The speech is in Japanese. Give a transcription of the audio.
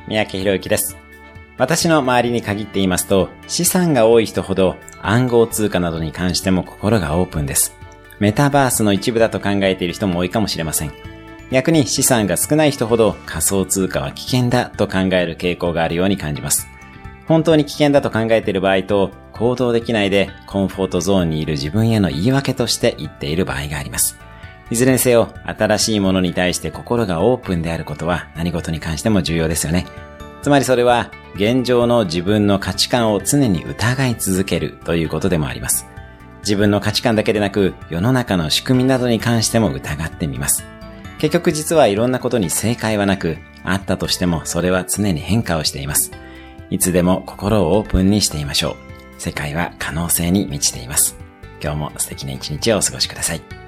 三宅博之です。私の周りに限って言いますと、資産が多い人ほど暗号通貨などに関しても心がオープンです。メタバースの一部だと考えている人も多いかもしれません。逆に資産が少ない人ほど仮想通貨は危険だと考える傾向があるように感じます。本当に危険だと考えている場合と、行動できないでコンフォートゾーンにいる自分への言い訳として言っている場合があります。いずれにせよ、新しいものに対して心がオープンであることは何事に関しても重要ですよね。つまりそれは、現状の自分の価値観を常に疑い続けるということでもあります。自分の価値観だけでなく、世の中の仕組みなどに関しても疑ってみます。結局実はいろんなことに正解はなく、あったとしてもそれは常に変化をしています。いつでも心をオープンにしていましょう。世界は可能性に満ちています。今日も素敵な一日をお過ごしください。